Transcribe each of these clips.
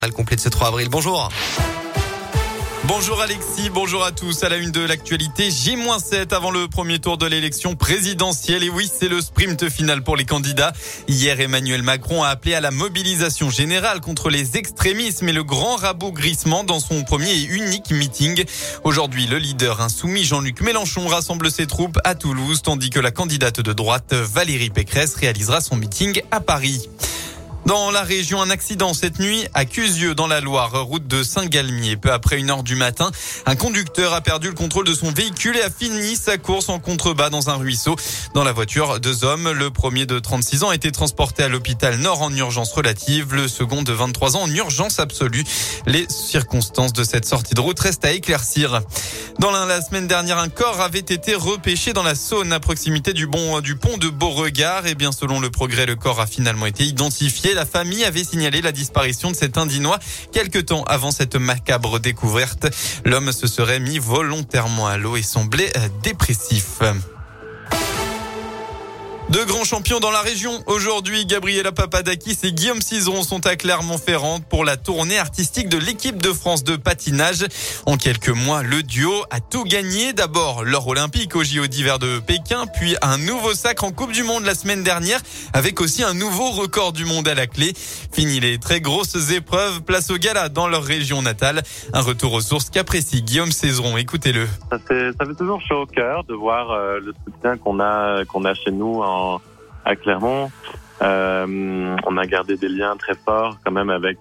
Le complet de ce 3 avril. Bonjour. Bonjour Alexis, bonjour à tous. À la une de l'actualité, J-7 avant le premier tour de l'élection présidentielle. Et oui, c'est le sprint final pour les candidats. Hier, Emmanuel Macron a appelé à la mobilisation générale contre les extrémismes et le grand rabougrissement dans son premier et unique meeting. Aujourd'hui, le leader insoumis Jean-Luc Mélenchon rassemble ses troupes à Toulouse, tandis que la candidate de droite Valérie Pécresse réalisera son meeting à Paris. Dans la région, un accident cette nuit à Cuzieu dans la Loire, route de Saint-Galmier. Peu après 1h du matin, un conducteur a perdu le contrôle de son véhicule et a fini sa course en contrebas dans un ruisseau. Dans la voiture, 2 hommes. Le premier de 36 ans a été transporté à l'hôpital Nord en urgence relative. Le second de 23 ans en urgence absolue. Les circonstances de cette sortie de route restent à éclaircir. Dans la semaine dernière, un corps avait été repêché dans la Saône à proximité du pont de Beauregard. Et bien, selon le Progrès, le corps a finalement été identifié. La famille avait signalé la disparition de cet Indinois quelque temps avant cette macabre découverte. L'homme se serait mis volontairement à l'eau et semblait dépressif. Deux grands champions dans la région. Aujourd'hui, Gabriela Papadakis et Guillaume Cizeron sont à Clermont-Ferrand pour la tournée artistique de l'équipe de France de patinage. En quelques mois, le duo a tout gagné. D'abord, l'or olympique au JO d'hiver de Pékin, puis un nouveau sacre en Coupe du Monde la semaine dernière, avec aussi un nouveau record du monde à la clé. Fini les très grosses épreuves, place au gala dans leur région natale. Un retour aux sources qu'apprécie Guillaume Cizeron. Écoutez-le. Ça fait toujours chaud au cœur de voir le soutien qu'on a chez nous à Clermont. On a gardé des liens très forts quand même avec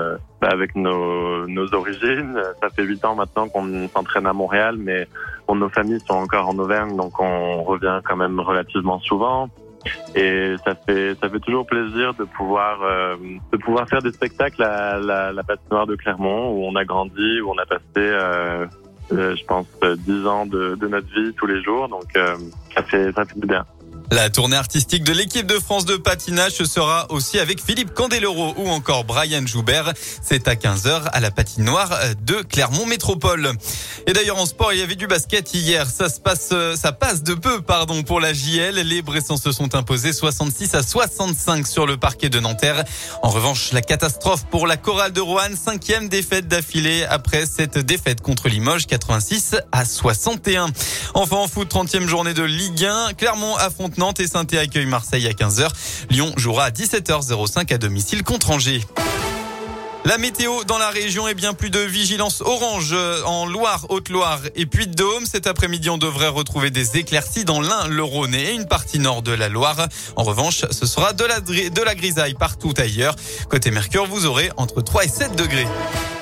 nos origines. Ça fait 8 ans maintenant qu'on s'entraîne à Montréal, mais nos familles sont encore en Auvergne, donc on revient quand même relativement souvent. Et ça fait toujours plaisir de pouvoir faire des spectacles à la patinoire de Clermont, où on a grandi, où on a passé je pense 10 ans de notre vie tous les jours, donc ça fait du bien. La tournée artistique de l'équipe de France de patinage sera aussi avec Philippe Candeloro ou encore Brian Joubert. C'est à 15h à la patinoire de Clermont Métropole. Et d'ailleurs en sport, il y avait du basket hier. Ça passe de peu, pour la JL. Les Bressans se sont imposés 66-65 sur le parquet de Nanterre. En revanche, la catastrophe pour la chorale de Roanne, 5e défaite d'affilée après cette défaite contre Limoges, 86-61. Enfin en foot, 30e journée de Ligue 1. Clermont affronte Nantes et Saint-Étienne accueille Marseille à 15h. Lyon jouera à 17h05 à domicile contre Angers. La météo dans la région est bien plus de vigilance orange en Loire, Haute-Loire et Puy-de-Dôme. Cet après-midi, on devrait retrouver des éclaircies dans l'Ain, le Rhône et une partie nord de la Loire. En revanche, ce sera de la grisaille partout ailleurs. Côté Mercure, vous aurez entre 3 et 7 degrés.